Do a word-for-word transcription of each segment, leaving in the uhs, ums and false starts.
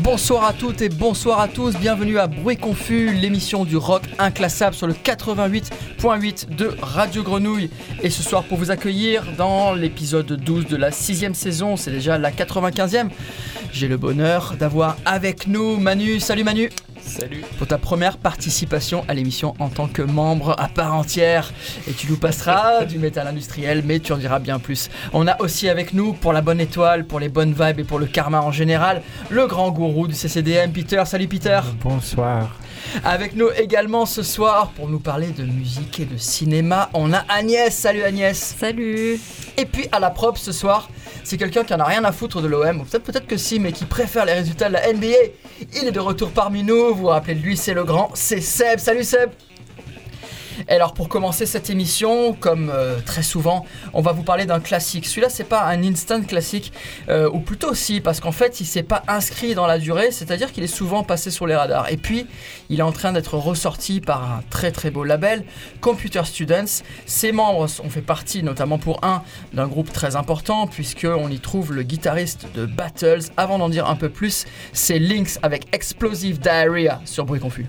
Bonsoir à toutes et bonsoir à tous, bienvenue à Bruit Confus, l'émission du rock inclassable sur le quatre-vingt-huit point huit de Radio Grenouille. Et ce soir pour vous accueillir dans l'épisode douze de la sixième saison, c'est déjà la quatre-vingt-quinzième, j'ai le bonheur d'avoir avec nous Manu. Salut Manu. Salut. Pour ta première participation à l'émission en tant que membre à part entière. Et tu nous passeras du métal industriel, mais tu en diras bien plus. On a aussi avec nous, pour la bonne étoile, pour les bonnes vibes et pour le karma en général, le grand gourou du C C D M, Peter. Salut Peter. Bonsoir. Avec nous également ce soir, pour nous parler de musique et de cinéma, on a Agnès. Salut Agnès. Salut. Et puis à la prop ce soir, c'est quelqu'un qui en a rien à foutre de l'O M, ou peut-être, peut-être que si, mais qui préfère les résultats de la N B A. Il est de retour parmi nous, vous vous rappelez de lui, c'est le grand, c'est Seb. Salut Seb. Et alors pour commencer cette émission, comme euh, très souvent, on va vous parler d'un classique. Celui-là, c'est pas un instant classique, euh, ou plutôt si, parce qu'en fait, il s'est pas inscrit dans la durée, c'est-à-dire qu'il est souvent passé sur les radars. Et puis, il est en train d'être ressorti par un très très beau label, Computer Students. Ses membres ont fait partie, notamment pour un, d'un groupe très important, puisqu'on y trouve le guitariste de Battles. Avant d'en dire un peu plus, c'est Lynx avec Explosive Diarrhea sur Bruit Confus.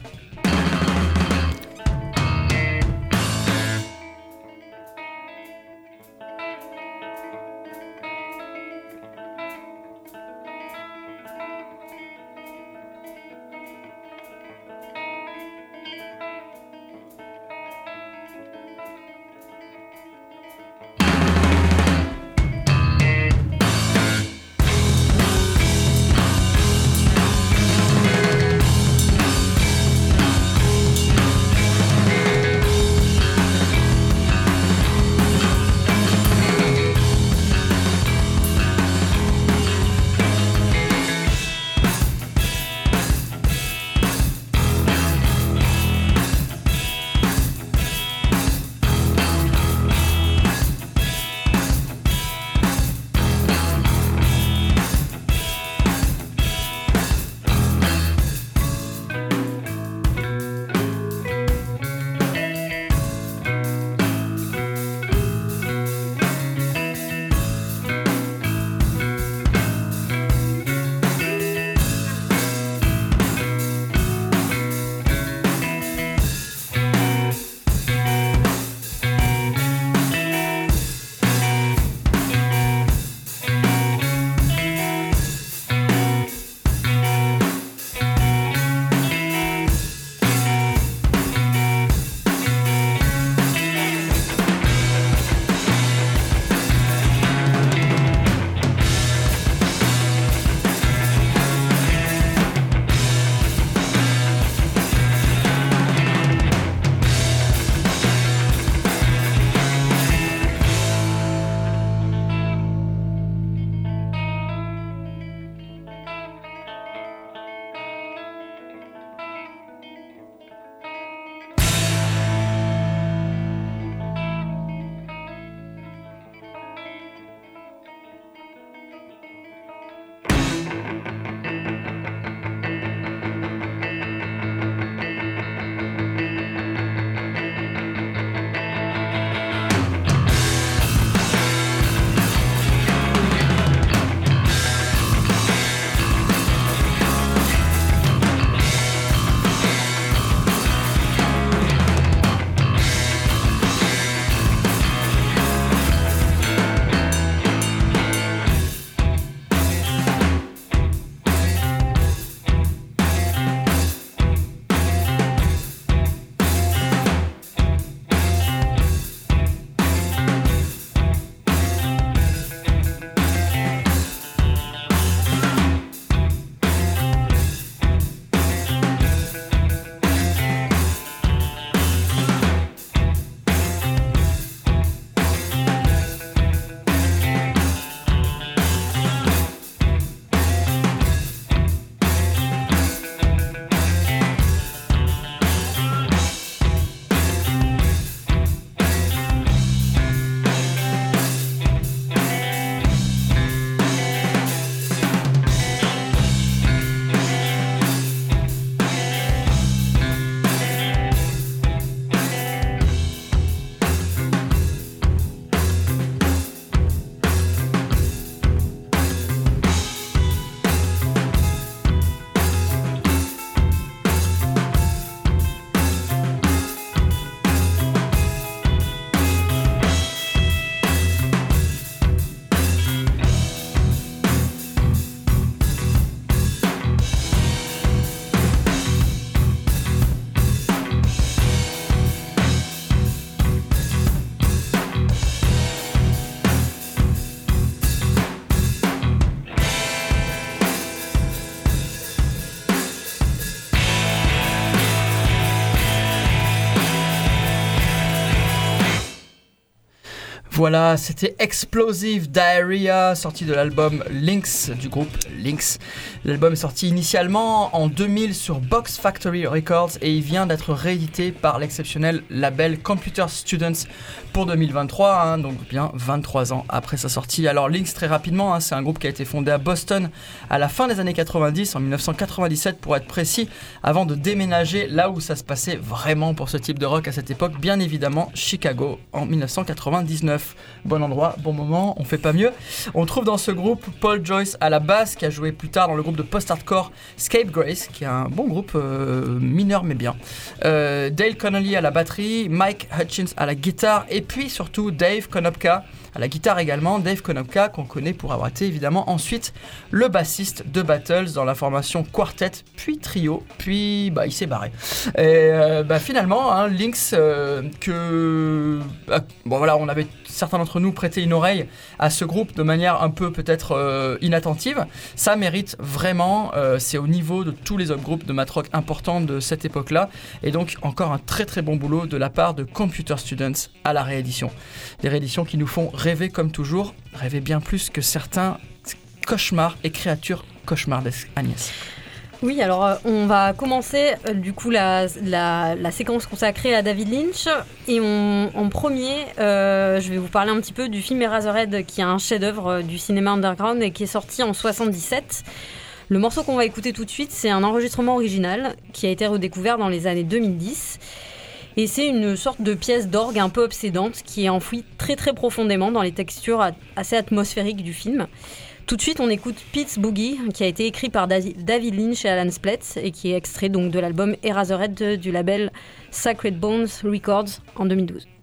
Voilà, c'était Explosive Diarrhea, sorti de l'album Lynx du groupe Lynx. L'album est sorti initialement en deux mille sur Box Factory Records et il vient d'être réédité par l'exceptionnel label Computer Students pour deux mille vingt-trois, hein, donc bien vingt-trois ans après sa sortie. Alors Lynx, très rapidement, hein, c'est un groupe qui a été fondé à Boston à la fin des années quatre-vingt-dix, en dix-neuf cent quatre-vingt-dix-sept pour être précis, avant de déménager là où ça se passait vraiment pour ce type de rock à cette époque, bien évidemment Chicago en dix-neuf cent quatre-vingt-dix-neuf. Bon endroit, bon moment, on fait pas mieux. On trouve dans ce groupe Paul Joyce à la basse, qui a joué plus tard dans le groupe de post-hardcore Scapegrace, qui est un bon groupe euh, mineur mais bien. Euh, Dale Connolly à la batterie, Mike Hutchins à la guitare, et puis surtout Dave Konopka à la guitare également. Dave Konopka qu'on connaît pour avoir été évidemment ensuite le bassiste de Battles dans la formation quartet, puis trio, puis bah, il s'est barré. Et euh, bah, finalement, hein, Lynx, euh, que euh, bon voilà, on avait certains d'entre nous prêté une oreille à ce groupe de manière un peu peut-être euh, inattentive. Ça mérite vraiment, euh, c'est au niveau de tous les autres groupes de math rock importants de cette époque-là, et donc encore un très très bon boulot de la part de Computer Students à la réédition. Des rééditions qui nous font rêver comme toujours, rêver bien plus que certains cauchemars et créatures cauchemardesques. Agnès. Oui, alors euh, on va commencer euh, du coup la, la, la séquence consacrée à David Lynch et on, en premier euh, je vais vous parler un petit peu du film Eraserhead, qui est un chef-d'œuvre euh, du cinéma underground et qui est sorti en soixante-dix-sept. Le morceau qu'on va écouter tout de suite, c'est un enregistrement original qui a été redécouvert dans les années deux mille dix. Et c'est une sorte de pièce d'orgue un peu obsédante qui est enfouie très très profondément dans les textures assez atmosphériques du film. Tout de suite, on écoute Pete's Boogie, qui a été écrit par David Lynch et Alan Splett et qui est extrait donc de l'album Eraserhead du label Sacred Bones Records en deux mille douze.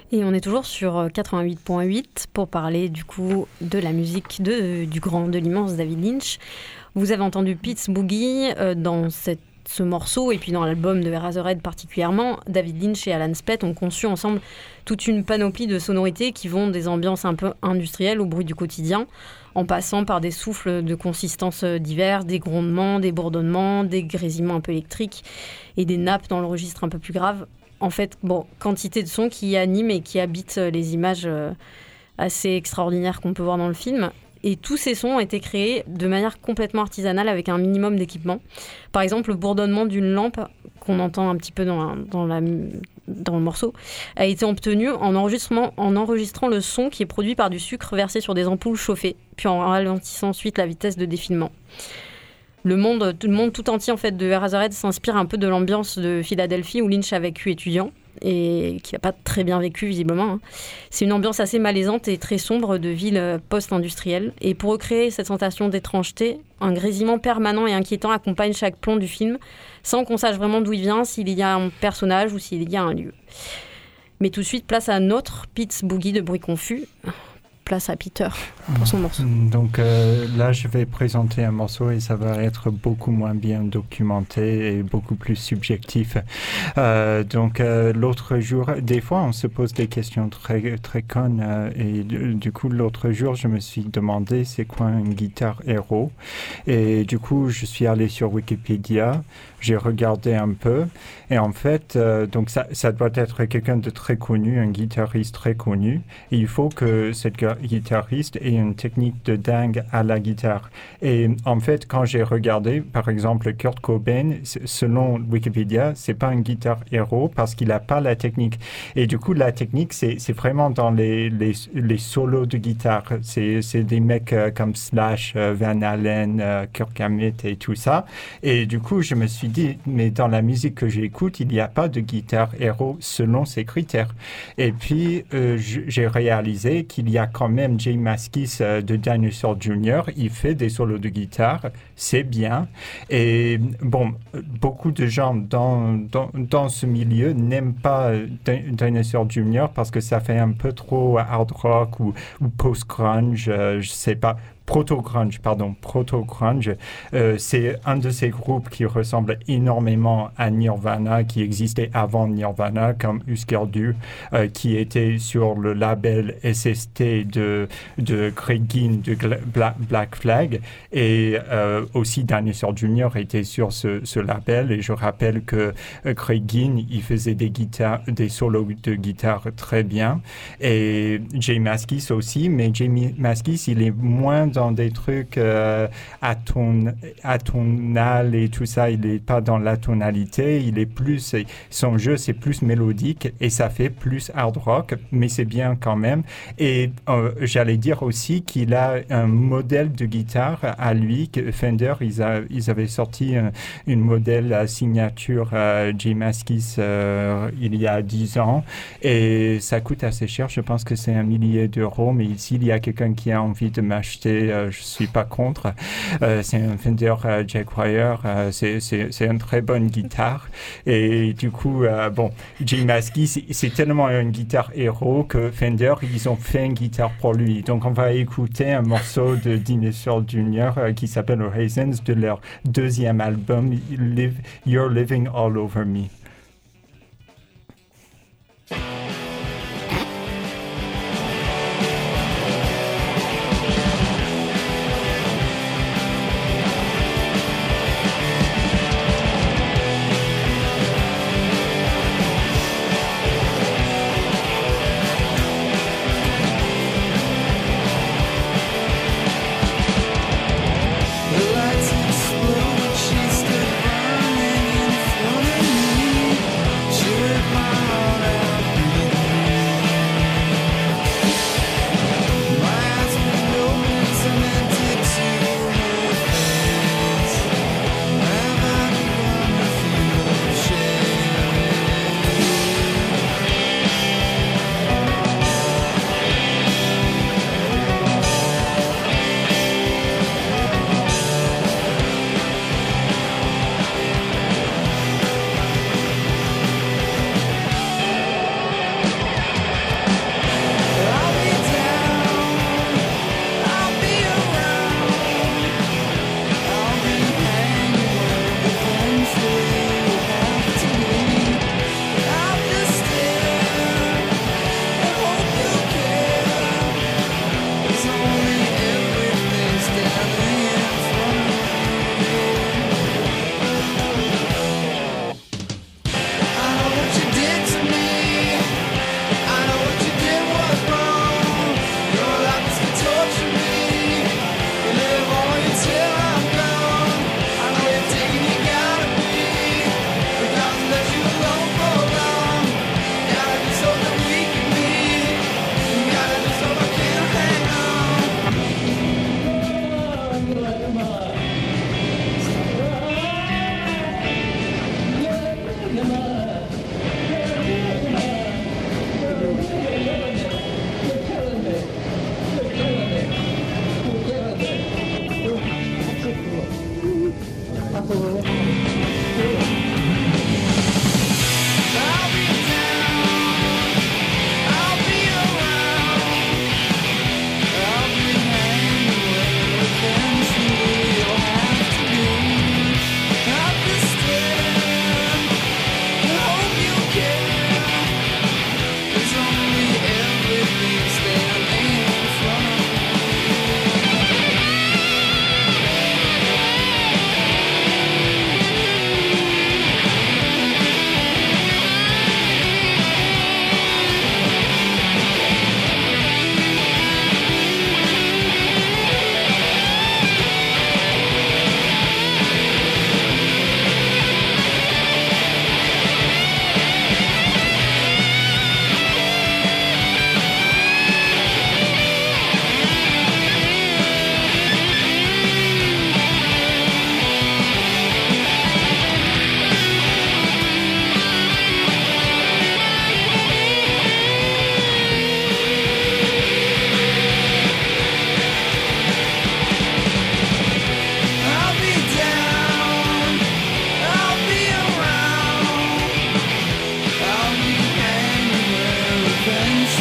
Et on est toujours sur quatre-vingt-huit point huit pour parler du coup de la musique de, du grand, de l'immense David Lynch. Vous avez entendu Pete's Boogie euh, dans cette, ce morceau et puis dans l'album de Eraserhead particulièrement. David Lynch et Alan Spett ont conçu ensemble toute une panoplie de sonorités qui vont des ambiances un peu industrielles au bruit du quotidien, en passant par des souffles de consistance diverses, des grondements, des bourdonnements, des grésillements un peu électriques et des nappes dans le registre un peu plus grave. En fait, bon, quantité de sons qui animent et qui habitent les images euh, assez extraordinaires qu'on peut voir dans le film. Et tous ces sons ont été créés de manière complètement artisanale avec un minimum d'équipement. Par exemple, le bourdonnement d'une lampe, qu'on entend un petit peu dans, la, dans, la, dans le morceau, a été obtenu en, enregistrement, en enregistrant le son qui est produit par du sucre versé sur des ampoules chauffées, puis en ralentissant ensuite la vitesse de défilement. Le monde, tout le monde tout entier en fait, de Eraserhead s'inspire un peu de l'ambiance de Philadelphie où Lynch a vécu étudiant et qui n'a pas très bien vécu visiblement. Hein. C'est une ambiance assez malaisante et très sombre de ville post-industrielle. Et pour recréer cette sensation d'étrangeté, un grésillement permanent et inquiétant accompagne chaque plan du film sans qu'on sache vraiment d'où il vient, s'il y a un personnage ou s'il y a un lieu. Mais tout de suite, place à notre Pete's Boogie de bruit confus. Place à Peter pour son morceau. Donc euh, là, je vais présenter un morceau et ça va être beaucoup moins bien documenté et beaucoup plus subjectif. Euh, donc euh, l'autre jour, des fois, on se pose des questions très très connes euh, et du, du coup, l'autre jour, je me suis demandé c'est quoi une guitare héros et du coup, je suis allé sur Wikipédia, j'ai regardé un peu et en fait, euh, donc ça, ça doit être quelqu'un de très connu, un guitariste très connu. Et il faut que cette guitariste ait une technique de dingue à la guitare. Et en fait, quand j'ai regardé, par exemple, Kurt Cobain, selon Wikipédia, c'est pas un guitare héros parce qu'il n'a pas la technique. Et du coup, la technique, c'est, c'est vraiment dans les, les, les solos de guitare. C'est, c'est des mecs euh, comme Slash, euh, Van Halen, euh, Kirk Hammett et tout ça. Et du coup, je me suis dit, mais dans la musique que j'écoute, il n'y a pas de guitare héros selon ces critères. Et puis, euh, j'ai réalisé qu'il y a quand même Jay Maskis euh, de Dinosaur Junior Il fait des solos de guitare, c'est bien. Et bon, beaucoup de gens dans, dans, dans ce milieu n'aiment pas euh, Dinosaur Junior parce que ça fait un peu trop hard rock ou, ou post-grunge, euh, je sais pas. Proto-grunge, pardon, proto-grunge, euh, c'est un de ces groupes qui ressemble énormément à Nirvana, qui existait avant Nirvana, comme Husker Du, euh, qui était sur le label S S T de, de Craig Ginn de Gla- Black Flag, et euh, aussi Dinosaur Junior était sur ce, ce label, et je rappelle que euh, Craig Ginn, il faisait des guitares, des solos de guitare très bien, et Jay Maskis aussi, mais Jay Maskis, il est moins dans dans des trucs euh, aton, atonal et tout ça, il n'est pas dans la tonalité, il est plus, son jeu c'est plus mélodique et ça fait plus hard rock, mais c'est bien quand même. Et euh, j'allais dire aussi qu'il a un modèle de guitare à lui, que Fender, ils, a, ils avaient sorti un, une modèle à signature euh, Jay Maskis euh, il y a dix ans et ça coûte assez cher, je pense que c'est un millier d'euros, mais s'il y a quelqu'un qui a envie de m'acheter, euh, je suis pas contre. Euh, c'est un Fender euh, Jaguar, euh, c'est, c'est, c'est une très bonne guitare. Et du coup, euh, bon, Jay Maskis, c'est, c'est tellement une guitare héros que Fender, ils ont fait une guitare pour lui. Donc, on va écouter un morceau de Dinosaur Junior euh, qui s'appelle Raisins de leur deuxième album, Live, You're Living All Over Me. The lights explode, she stood burning in front of me.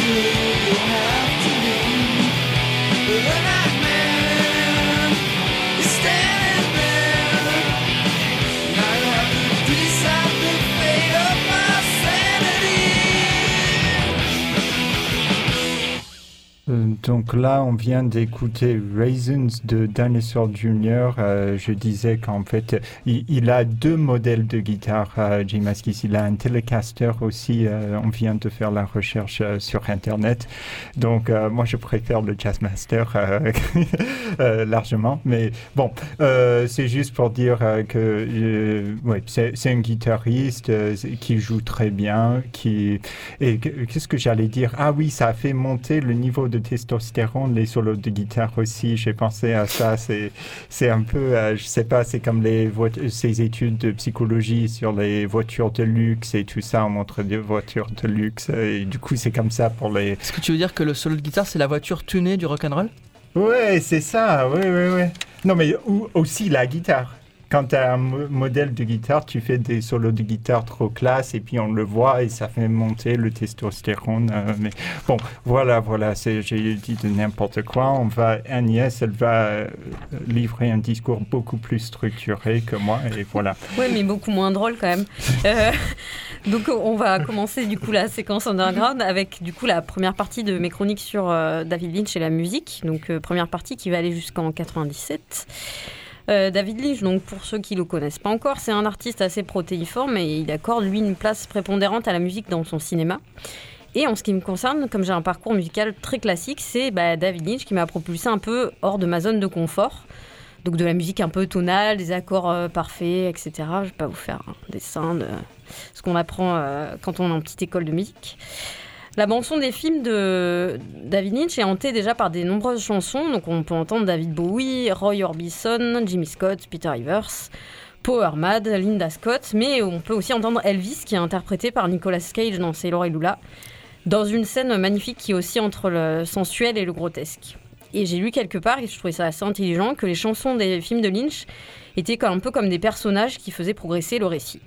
Donc là, on vient d'écouter Raisins de Dinosaur Junior Euh, je disais qu'en fait, il, il a deux modèles de guitare, euh, Jay Maskis. Il a un Telecaster aussi. Euh, on vient de faire la recherche euh, sur Internet. Donc, euh, moi, je préfère le Jazzmaster euh, euh, largement. Mais bon, euh, c'est juste pour dire euh, que euh, ouais, c'est, c'est un guitariste euh, qui joue très bien. Qui... Et qu'est-ce que j'allais dire? Ah oui, ça a fait monter le niveau de testostérone, les solos de guitare aussi, j'ai pensé à ça, c'est, c'est un peu, euh, je sais pas, c'est comme les vo- ces études de psychologie sur les voitures de luxe et tout ça, on montre des voitures de luxe, et du coup c'est comme ça pour les... Est-ce que tu veux dire que le solo de guitare c'est la voiture tunée du rock'n'roll? Ouais, c'est ça, oui, oui, oui. Non mais ou, aussi la guitare. Quand tu as un mo- modèle de guitare, tu fais des solos de guitare trop classe et puis on le voit et ça fait monter le testostérone. Euh, mais bon, voilà, voilà, c'est, j'ai dit de n'importe quoi. On va, Agnès, elle va euh, livrer un discours beaucoup plus structuré que moi et voilà. Oui, mais beaucoup moins drôle quand même. Euh, donc on va commencer du coup la séquence underground avec du coup la première partie de mes chroniques sur euh, David Lynch et la musique. Donc euh, première partie qui va aller jusqu'en quatre-vingt-dix-sept. Euh, David Lynch, donc pour ceux qui ne le connaissent pas encore, c'est un artiste assez protéiforme et il accorde lui une place prépondérante à la musique dans son cinéma. Et en ce qui me concerne, comme j'ai un parcours musical très classique, c'est bah, David Lynch qui m'a propulsé un peu hors de ma zone de confort. Donc de la musique un peu tonale, des accords euh, parfaits, et cetera. Je ne vais pas vous faire un dessin de ce qu'on apprend euh, quand on est en petite école de musique. La bande-son des films de David Lynch est hantée déjà par de nombreuses chansons. Donc on peut entendre David Bowie, Roy Orbison, Jimmy Scott, Peter Rivers, Power Mad, Linda Scott. Mais on peut aussi entendre Elvis qui est interprété par Nicolas Cage dans Sailor et Lula, dans une scène magnifique qui est aussi entre le sensuel et le grotesque. Et j'ai lu quelque part, et je trouvais ça assez intelligent, que les chansons des films de Lynch étaient un peu comme des personnages qui faisaient progresser le récit.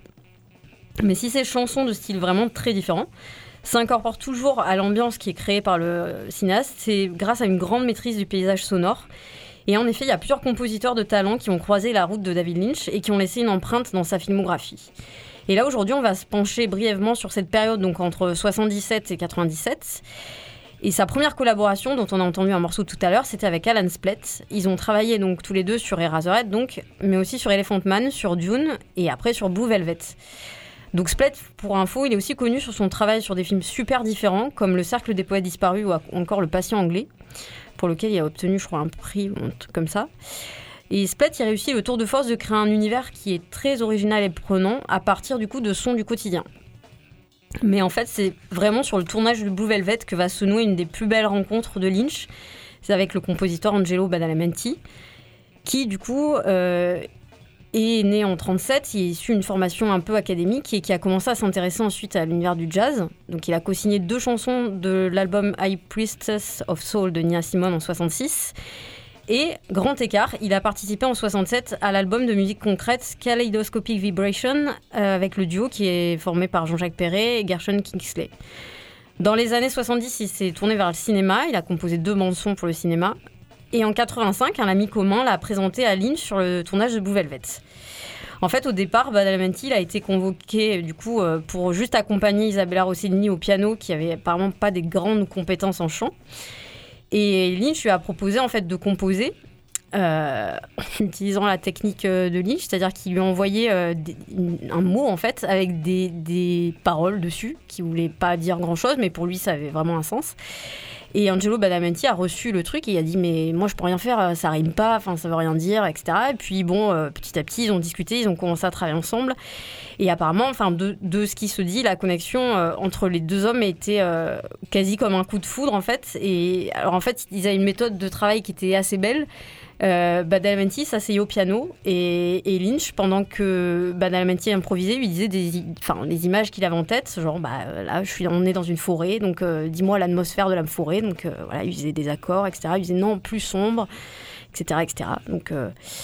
Mais si ces chansons de style vraiment très différent s'incorporent toujours à l'ambiance qui est créée par le cinéaste, c'est grâce à une grande maîtrise du paysage sonore. Et en effet, il y a plusieurs compositeurs de talent qui ont croisé la route de David Lynch et qui ont laissé une empreinte dans sa filmographie. Et là, aujourd'hui, on va se pencher brièvement sur cette période, donc entre soixante-dix-sept et quatre-vingt-dix-sept. Et sa première collaboration, dont on a entendu un morceau tout à l'heure, c'était avec Alan Splett. Ils ont travaillé donc tous les deux sur Eraserhead, donc, mais aussi sur Elephant Man, sur Dune et après sur Blue Velvet. Donc Splett, pour info, il est aussi connu sur son travail sur des films super différents, comme Le Cercle des Poètes Disparus ou encore Le Patient Anglais, pour lequel il a obtenu, je crois, un prix ou un truc comme ça. Et Splett, il réussit le tour de force de créer un univers qui est très original et prenant à partir du coup de sons du quotidien. Mais en fait, c'est vraiment sur le tournage de Blue Velvet que va se nouer une des plus belles rencontres de Lynch. C'est avec le compositeur Angelo Badalamenti, qui du coup... Euh, est né en trente-sept, il est issu d'une formation un peu académique et qui a commencé à s'intéresser ensuite à l'univers du jazz. Donc il a co-signé deux chansons de l'album High Priestess of Soul de Nina Simone en soixante-six. Et, grand écart, il a participé en soixante-sept à l'album de musique concrète Kaleidoscopic Vibration euh, avec le duo qui est formé par Jean-Jacques Perret et Gershon Kingsley. Dans les années soixante-dix, il s'est tourné vers le cinéma, il a composé deux bandes-sons pour le cinéma. Et en quatre-vingt-cinq, un ami commun l'a présenté à Lynch sur le tournage de Blue Velvet. En fait, au départ, Badalamenti il a été convoqué du coup, pour juste accompagner Isabella Rossellini au piano, qui avait apparemment pas des grandes compétences en chant. Et Lynch lui a proposé en fait, de composer euh, en utilisant la technique de Lynch, c'est-à-dire qu'il lui a envoyé euh, des, un mot en fait, avec des, des paroles dessus, qui ne voulaient pas dire grand-chose, mais pour lui, ça avait vraiment un sens. Et Angelo Badalamenti a reçu le truc et il a dit mais moi je peux rien faire, ça rime pas, enfin ça veut rien dire, et cetera. Et puis bon, euh, petit à petit ils ont discuté, ils ont commencé à travailler ensemble. Et apparemment, enfin de, de ce qui se dit, la connexion euh, entre les deux hommes était euh, quasi comme un coup de foudre en fait. Et alors en fait ils avaient une méthode de travail qui était assez belle. Euh, Badalamenti s'asseyait au piano et, et Lynch, pendant que Badalamenti improvisait, lui disait des, enfin, les images qu'il avait en tête, genre bah, là je suis, on est dans une forêt, donc euh, dis-moi l'atmosphère de la forêt, donc euh, voilà, il faisait des accords, et cetera. Il disait non, plus sombre, et cetera, et cetera. Donc euh,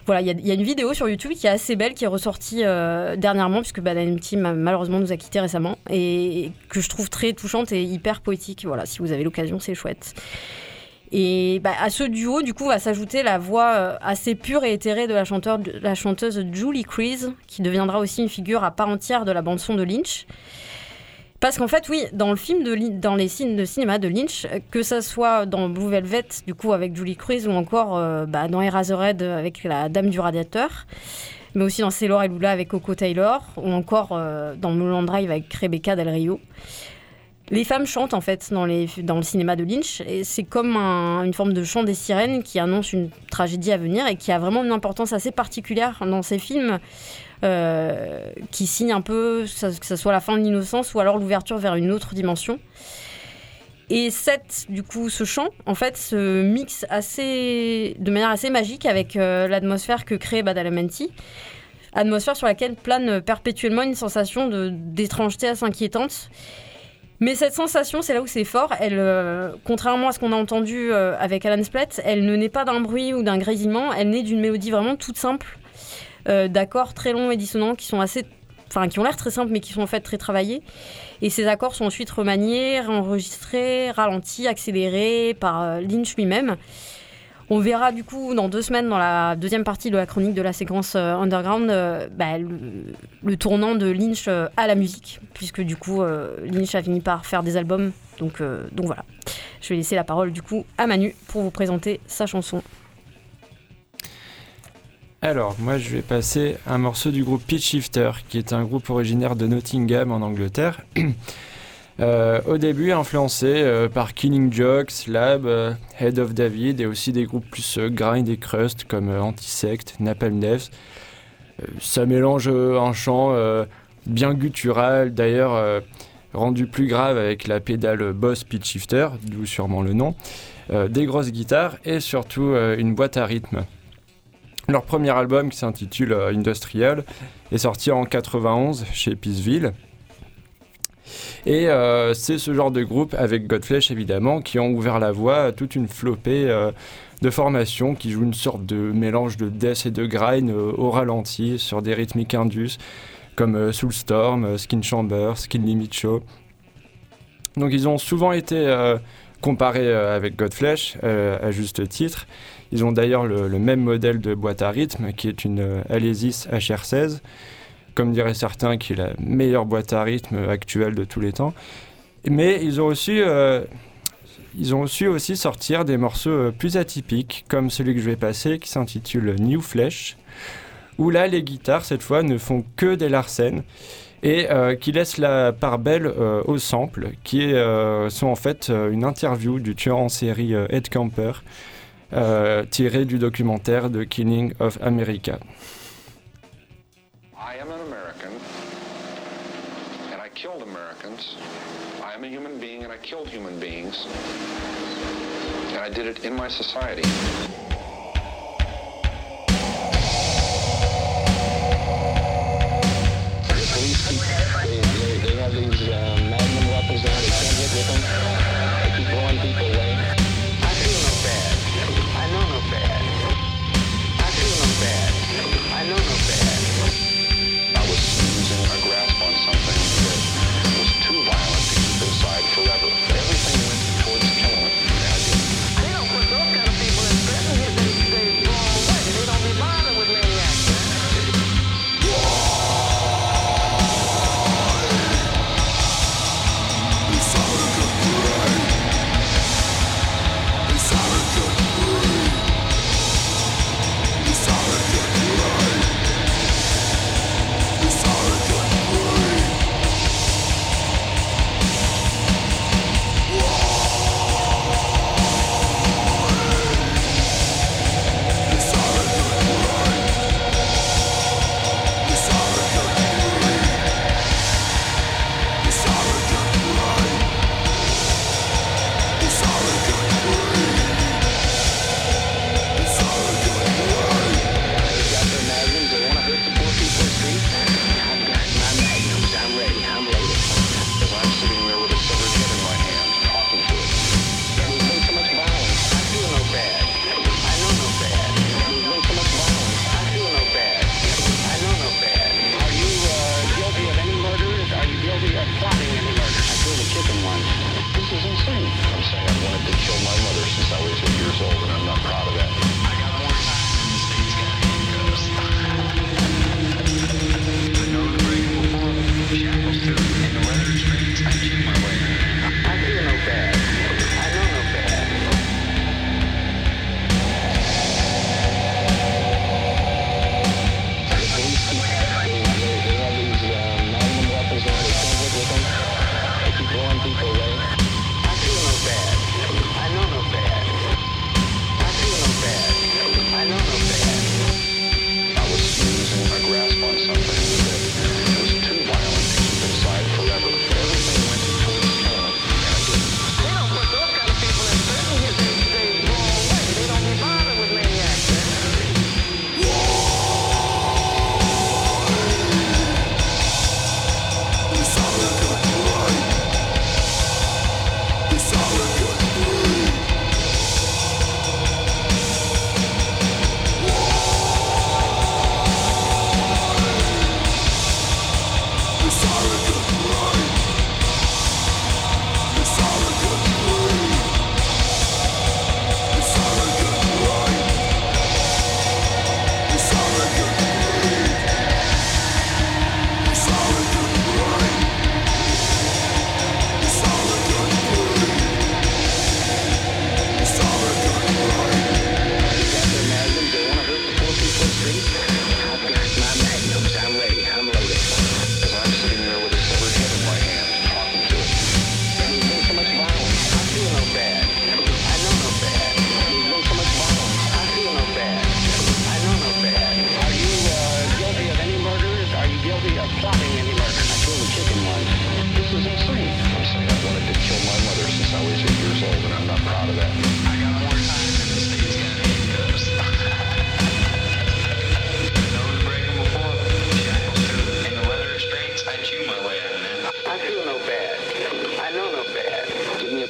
voilà, il y, y a une vidéo sur YouTube qui est assez belle, qui est ressortie euh, dernièrement, puisque Banana Team malheureusement nous a quittés récemment, et que je trouve très touchante et hyper poétique. Voilà, si vous avez l'occasion, c'est chouette. Et bah, à ce duo, du coup, va s'ajouter la voix euh, assez pure et éthérée de la, chanteur, de la chanteuse Julie Crease, qui deviendra aussi une figure à part entière de la bande-son de Lynch. Parce qu'en fait, oui, dans le film de dans les films de cinéma de Lynch, que ça soit dans Blue Velvet, du coup, avec Julie Crease, ou encore euh, bah, dans Eraserhead avec la Dame du Radiateur, mais aussi dans Sailor et Lula avec Coco Taylor, ou encore euh, dans Mulholland Drive avec Rebecca Del Rio. Les femmes chantent en fait dans, les, dans le cinéma de Lynch, et c'est comme un, une forme de chant des sirènes qui annonce une tragédie à venir et qui a vraiment une importance assez particulière dans ces films, euh, qui signe un peu que ce soit la fin de l'innocence ou alors l'ouverture vers une autre dimension. Et cette, du coup, ce chant, en fait, se mixe assez, de manière assez magique avec euh, l'atmosphère que crée Badalamenti. Atmosphère sur laquelle plane perpétuellement une sensation de, d'étrangeté assez inquiétante. Mais cette sensation, c'est là où c'est fort. Elle, euh, contrairement à ce qu'on a entendu euh, avec Alan Splett, elle ne naît pas d'un bruit ou d'un grésillement. Elle naît d'une mélodie vraiment toute simple, euh, d'accords très longs et dissonants qui sont assez, enfin qui ont l'air très simples, mais qui sont en fait très travaillés. Et ces accords sont ensuite remaniés, réenregistrés, ralentis, accélérés par euh, Lynch lui-même. On verra du coup dans deux semaines, dans la deuxième partie de la chronique de la séquence euh, Underground, euh, bah, le, le tournant de Lynch euh, à la musique, puisque du coup euh, Lynch a fini par faire des albums. Donc, euh, donc voilà, je vais laisser la parole du coup à Manu pour vous présenter sa chanson. Alors, moi je vais passer un morceau du groupe Pitch Shifter, qui est un groupe originaire de Nottingham en Angleterre. Euh, au début influencé euh, par Killing Joke, Slab, euh, Head of David et aussi des groupes plus euh, grind et crust comme euh, Antisect, Napalm Death. Euh, ça mélange euh, un chant euh, bien guttural, d'ailleurs euh, rendu plus grave avec la pédale Boss Pitch Shifter, d'où sûrement le nom, euh, des grosses guitares et surtout euh, une boîte à rythme. Leur premier album qui s'intitule euh, Industrial est sorti en quatre-vingt-onze chez Peaceville. Et euh, c'est ce genre de groupe, avec Godflesh évidemment, qui ont ouvert la voie à toute une flopée euh, de formations qui jouent une sorte de mélange de death et de grind euh, au ralenti sur des rythmiques indus comme euh, Soulstorm, euh, Skin Chamber, Skin Limit Show. Donc ils ont souvent été euh, comparés euh, avec Godflesh euh, à juste titre. Ils ont d'ailleurs le, le même modèle de boîte à rythme qui est une euh, Alesis H R seize. Comme diraient certains, qui est la meilleure boîte à rythme actuelle de tous les temps. Mais ils ont aussi, euh, ils ont su aussi sortir des morceaux plus atypiques, comme celui que je vais passer, qui s'intitule New Flesh, où là, les guitares, cette fois, ne font que des Larsen, et euh, qui laissent la part belle euh, aux samples, qui est, euh, sont en fait euh, une interview du tueur en série euh, Ed Kemper, euh, tirée du documentaire The Killing of America. I am an American, and I killed Americans. I am a human being, and I killed human beings. And I did it in my society. The police keep, they, they, they have these uh, magnum weapons there, they can't get with them. They keep blowing people away. I feel no bad. I know no bad. I feel no bad. I know no bad. Losing our grasp on something that was too violent to keep inside forever. Everything went towards killing. I didn't. They don't put those kind of people in prison.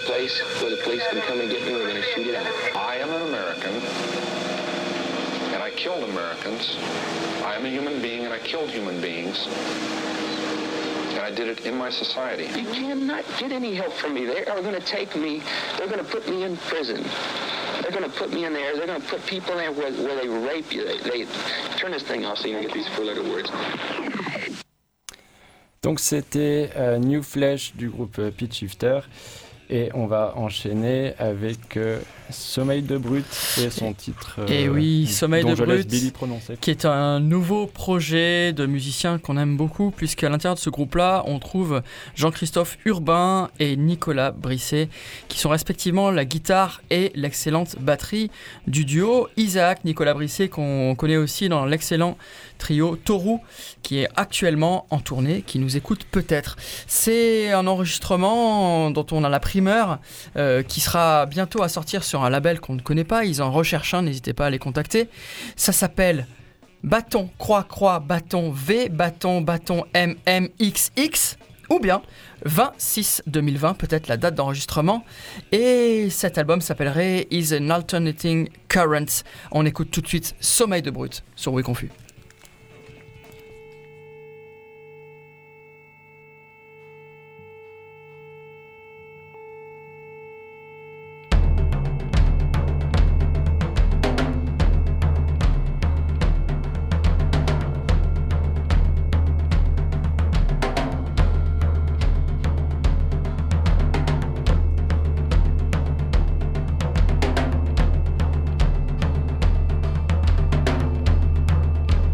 place where the police can come and get me, we're going to shoot it out. I am an American, and I killed Americans. I am a human being, and I killed human beings. And I did it in my society. You cannot get any help from me. They are going to take me, they're going to put me in prison. They're going to put me in there. They're going to put people in there where, where they rape you. They, they turn this thing off so you can get these four-letter words. Donc c'était euh, New Flesh du groupe euh, Pitch Shifter. Et on va enchaîner avec euh, Sommeil de Brute et son titre. Euh, et oui, Sommeil dont de je laisse Brute, Billy prononcer. Qui est un nouveau projet de musiciens qu'on aime beaucoup, puisqu'à l'intérieur de ce groupe-là, on trouve Jean-Christophe Urbain et Nicolas Brisset, qui sont respectivement la guitare et l'excellente batterie du duo. Isaac Nicolas Brisset, qu'on connaît aussi dans l'excellent trio Taurou, qui est actuellement en tournée, qui nous écoute peut-être. C'est un enregistrement dont on a la primeur, euh, qui sera bientôt à sortir sur un label qu'on ne connaît pas. Ils en recherchent un, n'hésitez pas à les contacter. Ça s'appelle Bâton, Croix, Croix, Bâton, V, Bâton, Bâton, M, M, X, X, ou bien vingt six deux mille vingt, peut-être la date d'enregistrement. Et cet album s'appellerait Is an Alternating Current. On écoute tout de suite Sommeil de Brute sur Oui Confus. Thank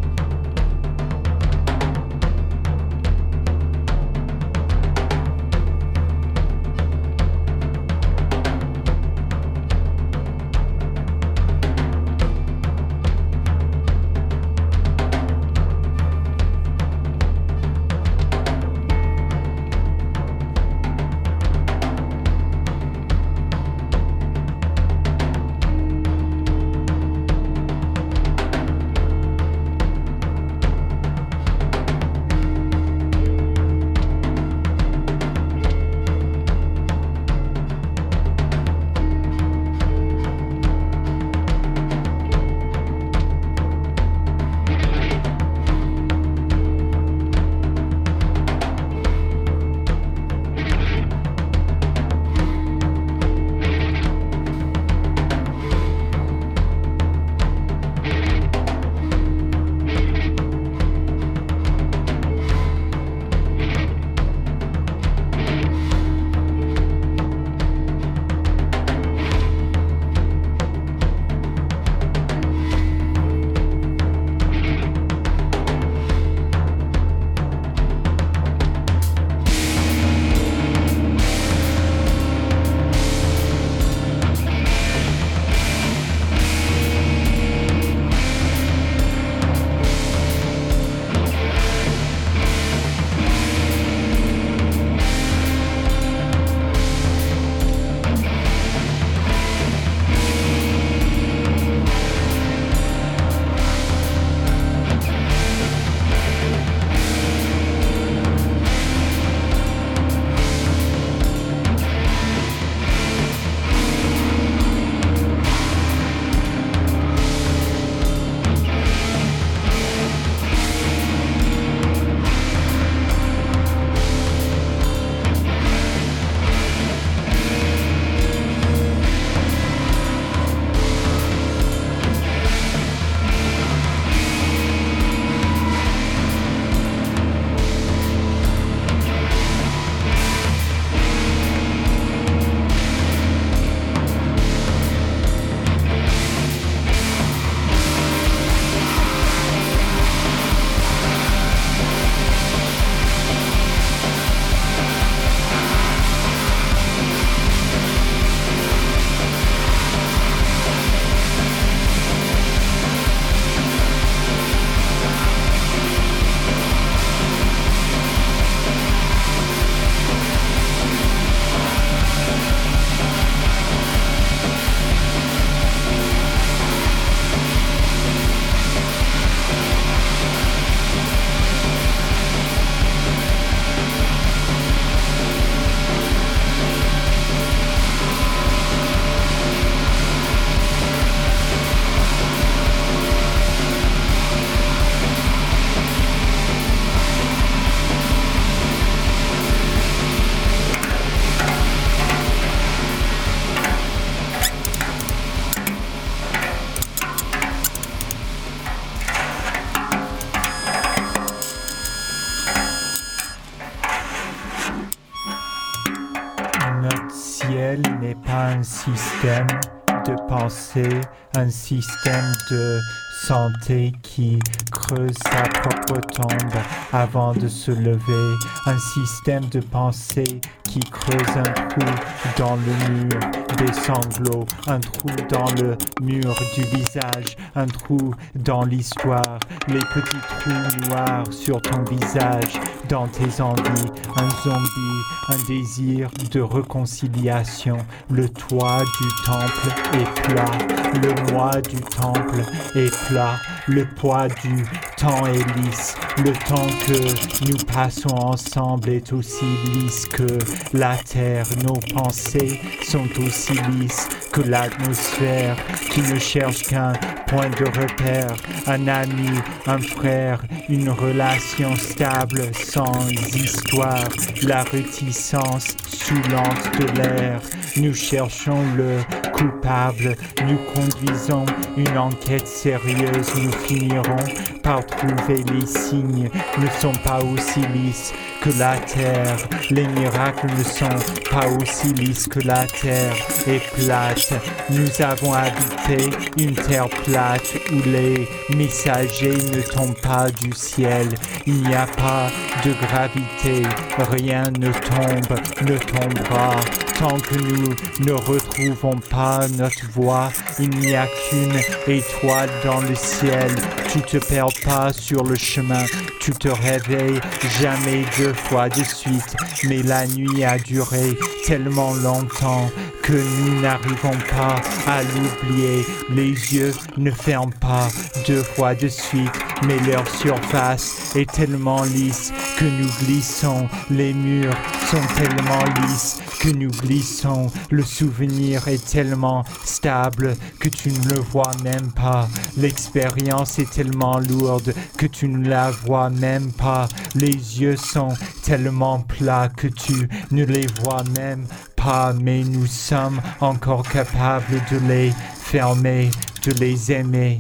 ciel n'est pas un système de pensée, un système de santé qui creuse sa propre tombe avant de se lever, un système de pensée qui creuse un trou dans le mur des sanglots, un trou dans le mur du visage, un trou dans l'histoire, les petits trous noirs sur ton visage, dans tes envies, un zombie, un désir de réconciliation, le toit du temple est plat, le moi du temple est plat, le poids du temps est lisse, le temps que nous passons ensemble est aussi lisse que la terre, nos pensées sont aussi lisses que l'atmosphère qui ne cherche qu'un point de repère, un ami, un frère, une relation stable sans histoire, la réticence saoulante de l'air. Nous cherchons le coupable, nous conduisons une enquête sérieuse, nous finirons par trouver les signes ne sont pas aussi lisses que la terre, les miracles ne sont pas aussi lisses que la terre est plate. Nous avons habité une terre plate où les messagers ne tombent pas du ciel. Il n'y a pas de gravité, rien ne tombe, ne tombera. Tant que nous ne retrouvons pas notre voie, il n'y a qu'une étoile dans le ciel. Tu te perds pas sur le chemin, tu te réveilles jamais deux fois de suite. Mais la nuit a duré tellement longtemps que nous n'arrivons pas à l'oublier. Les yeux ne ferment pas deux fois de suite, mais leur surface est tellement lisse que nous glissons. Les murs sont tellement lisses que nous glissons. Le souvenir est tellement stable que tu ne le vois même pas. L'expérience est tellement lourde que tu ne la vois même pas. Les yeux sont tellement plats que tu ne les vois même pas. Mais nous sommes encore capables de les fermer, de les aimer.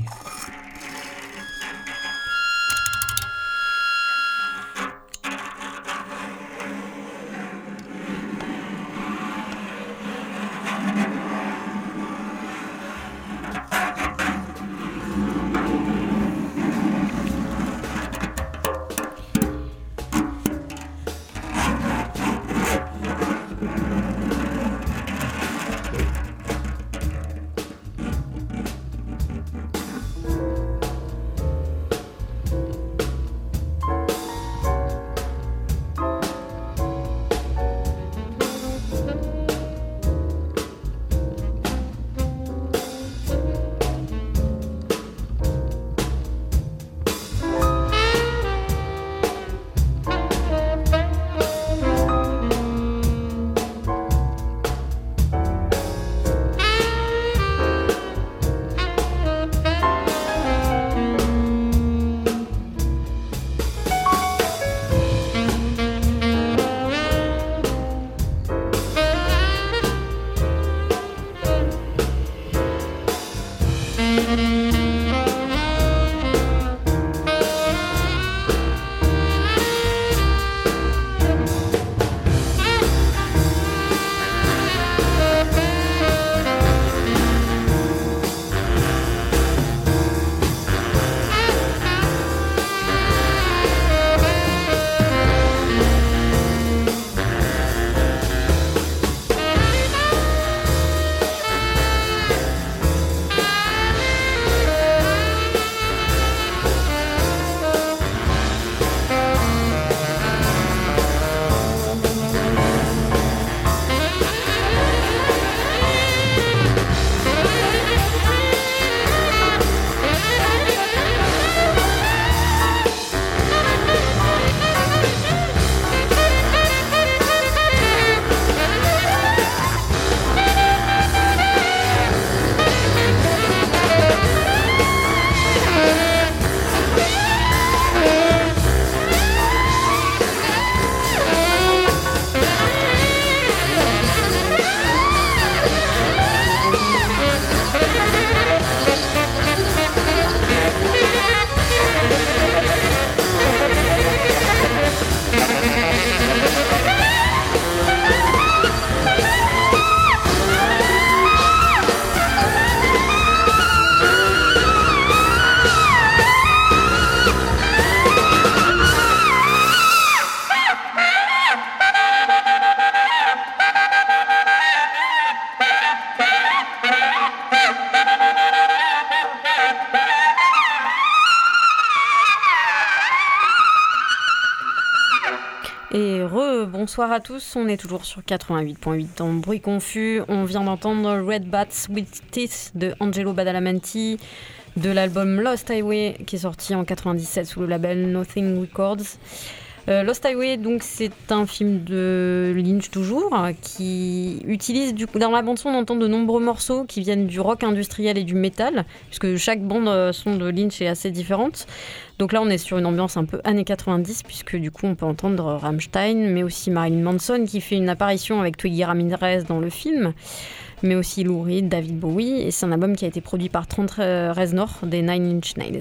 bonsoir à tous. On est toujours sur quatre-vingt-huit virgule huit dans Bruit Confus. On vient d'entendre Red Bats with Teeth de Angelo Badalamenti, de l'album Lost Highway qui est sorti en quatre-vingt-dix-sept sous le label Nothing Records. Euh, Lost Highway, donc, c'est un film de Lynch toujours, qui utilise, du coup, dans la bande-son, on entend de nombreux morceaux qui viennent du rock industriel et du métal, puisque chaque bande son de Lynch est assez différente. Donc là, on est sur une ambiance un peu années quatre-vingt-dix, puisque du coup, on peut entendre Rammstein, mais aussi Marilyn Manson, qui fait une apparition avec Twiggy Ramirez dans le film, mais aussi Lou Reed, David Bowie, et c'est un album qui a été produit par Trent Reznor des Nine Inch Nails.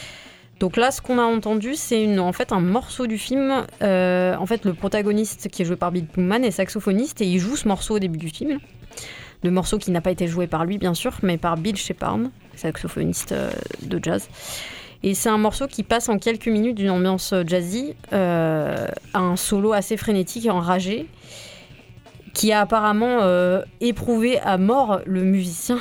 Donc là, ce qu'on a entendu, c'est une, en fait un morceau du film. Euh, en fait, le protagoniste, qui est joué par Bill Pullman, est saxophoniste et il joue ce morceau au début du film. Le morceau qui n'a pas été joué par lui, bien sûr, mais par Bill Shepard, saxophoniste euh, de jazz. Et c'est un morceau qui passe en quelques minutes d'une ambiance jazzy euh, à un solo assez frénétique et enragé, qui a apparemment euh, éprouvé à mort le musicien.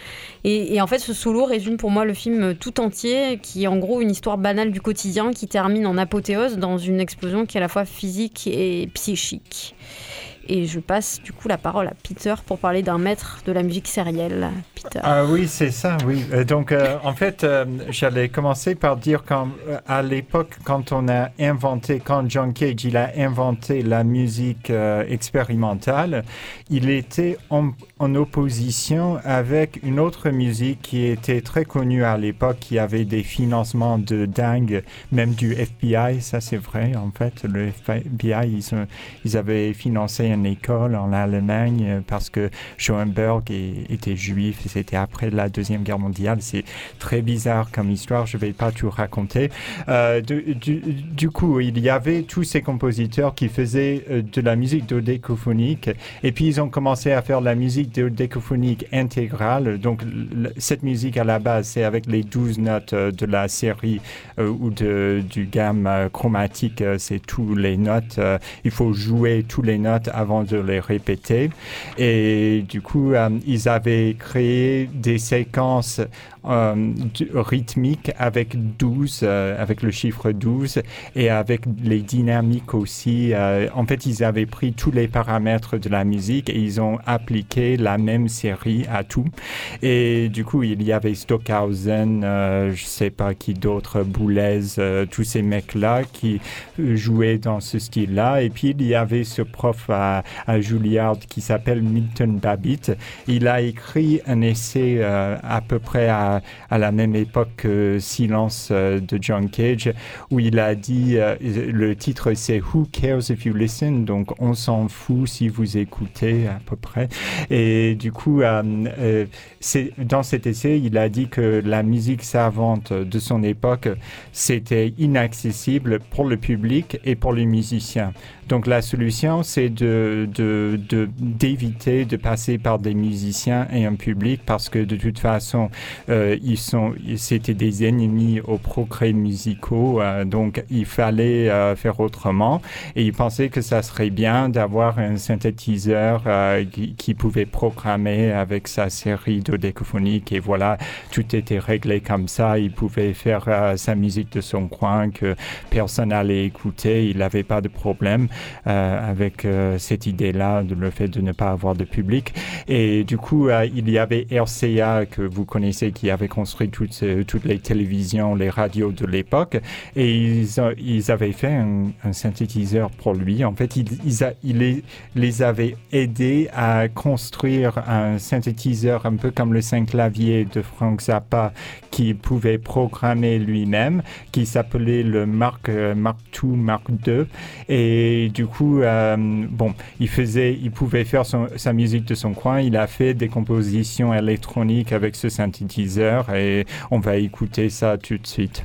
Et, et en fait, ce solo résume pour moi le film tout entier, qui est en gros une histoire banale du quotidien qui termine en apothéose dans une explosion qui est à la fois physique et psychique. Et je passe du coup la parole à Peter pour parler d'un maître de la musique sérielle. Peter. Ah oui, c'est ça, oui. Euh, donc, euh, en fait, euh, j'allais commencer par dire qu'à l'époque, quand on a inventé, quand John Cage, il a inventé la musique euh, expérimentale, il était en, en opposition avec une autre musique qui était très connue à l'époque, qui avait des financements de dingue, même du F B I, ça c'est vrai, en fait. Le F B I, ils, ont, ils avaient financé une école en Allemagne parce que Schoenberg est, était juif. C'était après la Deuxième Guerre mondiale. C'est très bizarre comme histoire. Je ne vais pas tout raconter. Euh, de, du, du coup, il y avait tous ces compositeurs qui faisaient euh, de la musique dodécaphonique. Et puis, ils ont commencé à faire la musique dodécaphonique intégrale. Donc, l- cette musique, à la base, c'est avec les douze notes euh, de la série euh, ou de, du gamme euh, chromatique. Euh, c'est toutes les notes. Euh, il faut jouer toutes les notes avant de les répéter. Et du coup, euh, ils avaient créé des séquences euh, rythmiques avec douze, euh, avec le chiffre douze et avec les dynamiques aussi. Euh, en fait, ils avaient pris tous les paramètres de la musique et ils ont appliqué la même série à tout. Et du coup, il y avait Stockhausen, euh, je sais pas qui d'autre, Boulez, euh, tous ces mecs-là qui jouaient dans ce style-là. Et puis, il y avait ce prof à, à Juilliard qui s'appelle Milton Babbitt. Il a écrit un essai euh, à peu près à, à la même époque que Silence euh, de John Cage, où il a dit, euh, le titre c'est Who Cares If You Listen, donc on s'en fout si vous écoutez à peu près. Et du coup, euh, euh, c'est, dans cet essai, il a dit que la musique savante de son époque, c'était inaccessible pour le public et pour les musiciens. Donc la solution, c'est de, de, de, d'éviter de passer par des musiciens et un public parce que de toute façon, euh, ils sont, c'était des ennemis aux progrès musicaux. Euh, donc il fallait euh, faire autrement. Et il pensait que ça serait bien d'avoir un synthétiseur euh, qui, qui pouvait programmer avec sa série dodécaphonique. Et voilà, tout était réglé comme ça. Il pouvait faire euh, sa musique de son coin que personne n'allait écouter. Il n'avait pas de problème. Euh, avec euh, cette idée-là, de le fait de ne pas avoir de public. Et du coup, euh, il y avait R C A, que vous connaissez, qui avait construit toutes, euh, toutes les télévisions, les radios de l'époque. Et ils, euh, ils avaient fait un, un synthétiseur pour lui. En fait, ils, ils a, il les, les avait aidés à construire un synthétiseur un peu comme le Synclavier de Frank Zappa, qui pouvait programmer lui-même, qui s'appelait le Mark, euh, Mark deux, Mark deux. Et du coup, euh, bon, il faisait, il pouvait faire son, sa musique de son coin. Il a fait des compositions électroniques avec ce synthétiseur et on va écouter ça tout de suite.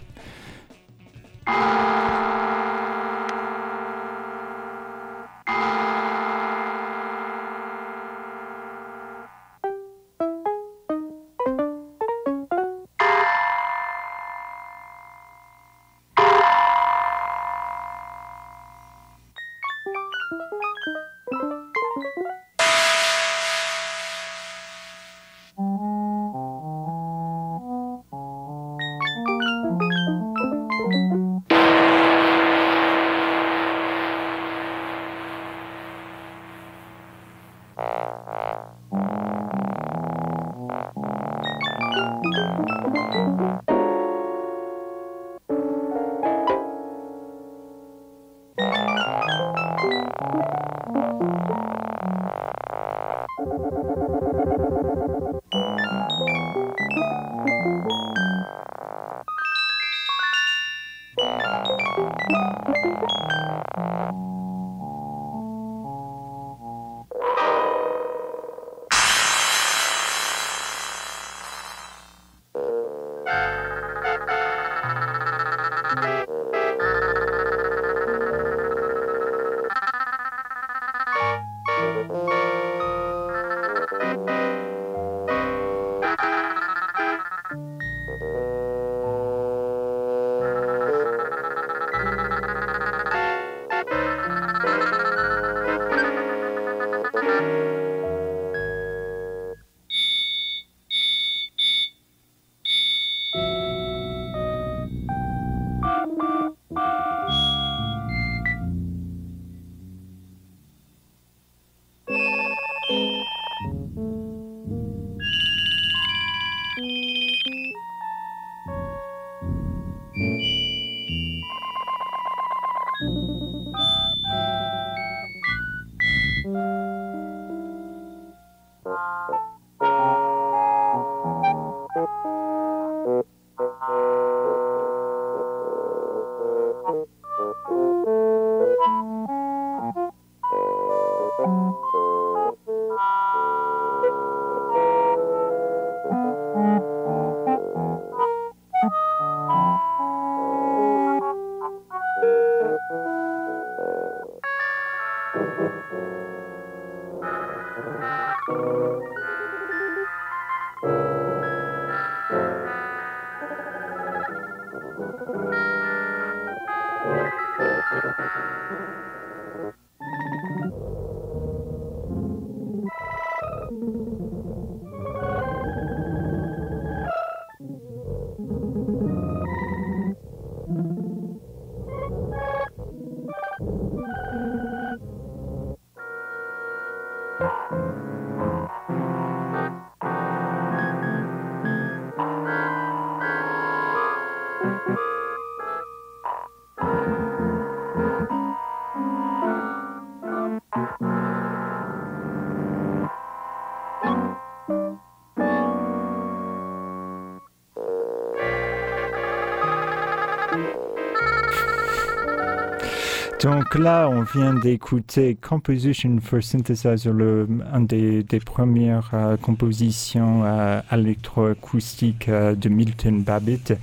Donc là, on vient d'écouter Composition for Synthesizer, le, un des, des premières euh, compositions euh, électroacoustiques euh, de Milton Babbitt.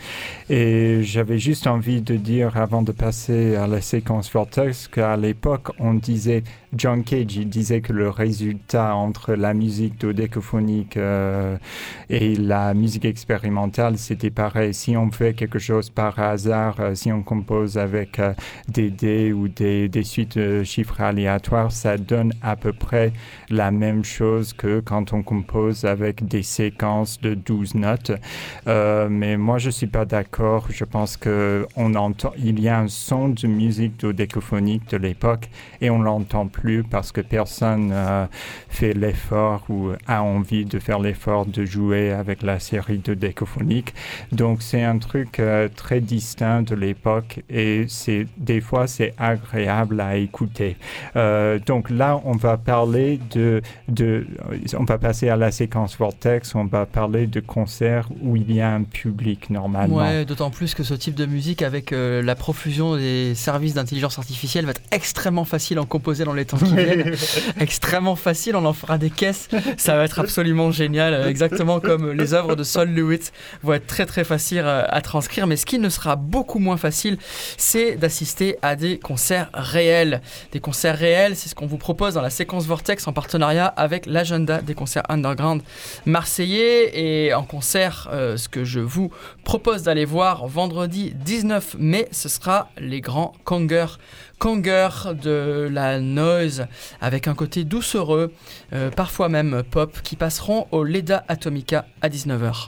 Et j'avais juste envie de dire, avant de passer à la séquence Vortex, qu'à l'époque, on disait, John Cage, il disait que le résultat entre la musique dodécaphonique euh, et la musique expérimentale, c'était pareil. Si on fait quelque chose par hasard, euh, si on compose avec euh, des dés ou Des, des suites de chiffres aléatoires, ça donne à peu près la même chose que quand on compose avec des séquences de douze notes. Euh, mais moi, je ne suis pas d'accord. Je pense qu'on entend, il y a un son de musique dodécaphonique de l'époque et on ne l'entend plus parce que personne euh, fait l'effort ou a envie de faire l'effort de jouer avec la série dodécaphonique. Donc, c'est un truc euh, très distinct de l'époque et c'est, des fois, c'est agréable à écouter. Euh, donc là, on va parler de, de... On va passer à la séquence Vortex, on va parler de concerts où il y a un public normalement. Ouais, d'autant plus que ce type de musique, avec euh, la profusion des services d'intelligence artificielle, va être extrêmement facile à en composer dans les temps qui viennent. Extrêmement facile, on en fera des caisses. Ça va être absolument génial, exactement comme les œuvres de Sol LeWitt vont être très très faciles à, à transcrire. Mais ce qui ne sera beaucoup moins facile, c'est d'assister à des concerts réels. Des concerts réels, c'est ce qu'on vous propose dans la séquence Vortex en partenariat avec l'agenda des concerts underground marseillais. Et en concert, euh, ce que je vous propose d'aller voir vendredi dix-neuf mai, ce sera les grands Conger. Conger de la noise avec un côté doucereux, euh, parfois même pop, qui passeront au Leda Atomica à dix-neuf heures.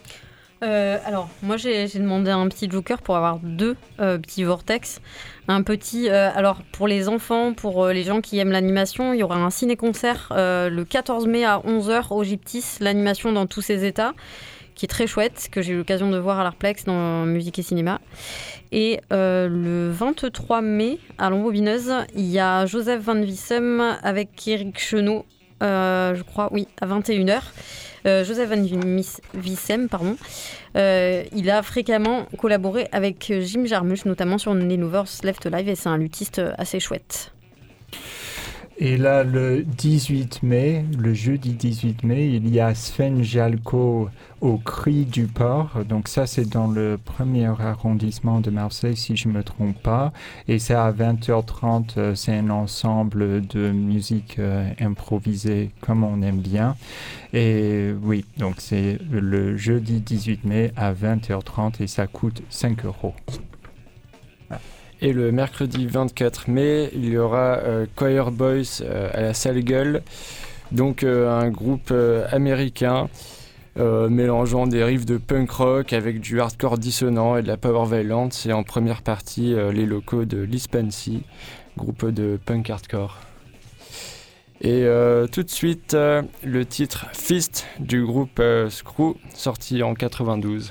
Euh, alors, moi j'ai, j'ai demandé un petit joker pour avoir deux euh, petits vortex. Un petit, euh, alors pour les enfants, pour euh, les gens qui aiment l'animation, il y aura un ciné-concert euh, le quatorze mai à onze heures au Gyptis, l'animation dans tous ses états, qui est très chouette, que j'ai eu l'occasion de voir à l'Arplex dans Musique et Cinéma. Et euh, le vingt-trois mai, à l'Ombobineuse, il y a Joseph Van Wissem avec Éric Chenot, euh, je crois, oui, à vingt et une heures. Euh, Joseph Van Wissem, pardon. Euh, il a fréquemment collaboré avec Jim Jarmusch, notamment sur Nenuver's Left Alive, et c'est un luthiste assez chouette. Et là, le dix-huit mai, le jeudi dix-huit mai, il y a Sven Jalko au Cri du Port. Donc ça, c'est dans le premier arrondissement de Marseille, si je ne me trompe pas. Et c'est à vingt heures trente, c'est un ensemble de musique euh, improvisée comme on aime bien. Et oui, donc c'est le jeudi dix-huit mai à vingt heures trente et ça coûte cinq euros. Et le mercredi vingt-quatre mai, il y aura euh, Choir Boys euh, à la Salle Gueule, donc euh, un groupe euh, américain euh, mélangeant des riffs de punk rock avec du hardcore dissonant et de la power violence. Et en première partie, euh, les locaux de Lispancy, groupe de punk hardcore. Et euh, tout de suite, euh, le titre Fist du groupe euh, Screw, sorti en quatre-vingt-douze.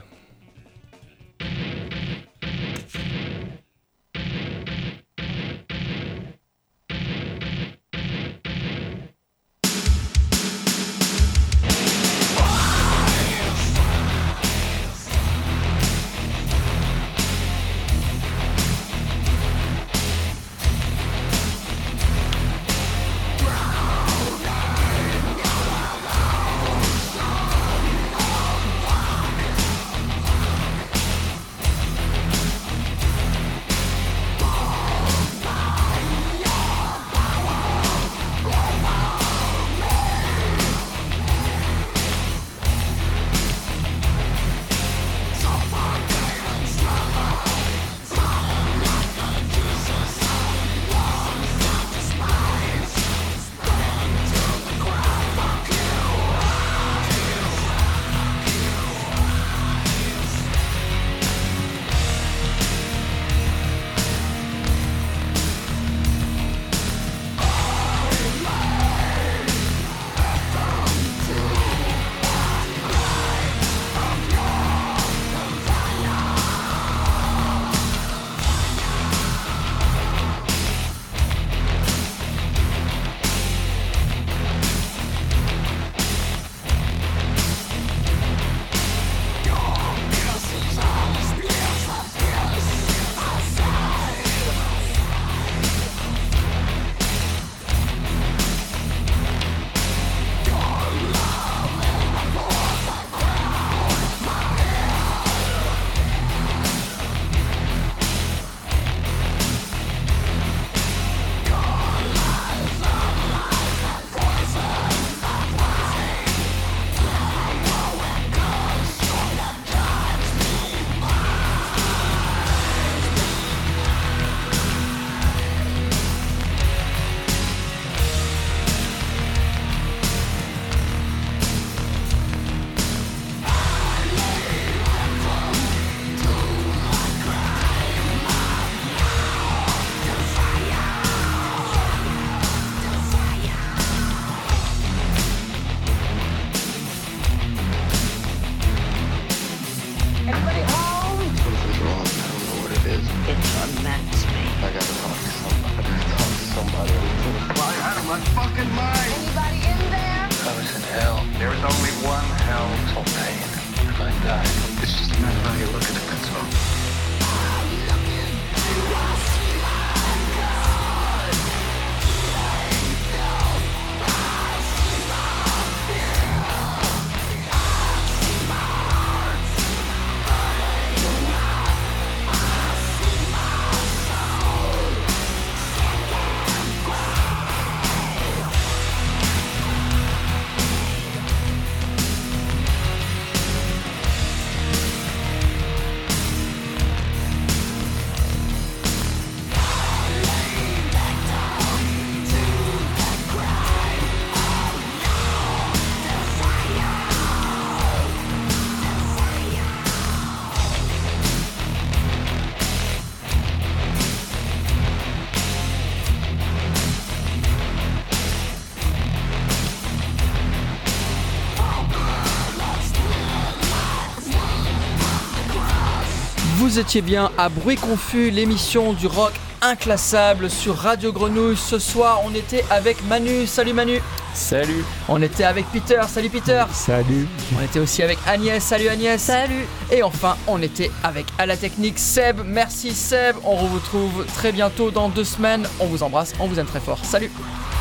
Vous étiez bien à Bruit Confus, l'émission du rock inclassable sur Radio Grenouille. Ce soir, on était avec Manu. Salut Manu. Salut. On était avec Peter. Salut Peter. Salut. On était aussi avec Agnès. Salut Agnès. Salut. Et enfin, on était avec à la technique Seb. Merci Seb. On vous retrouve très bientôt dans deux semaines. On vous embrasse, on vous aime très fort. Salut.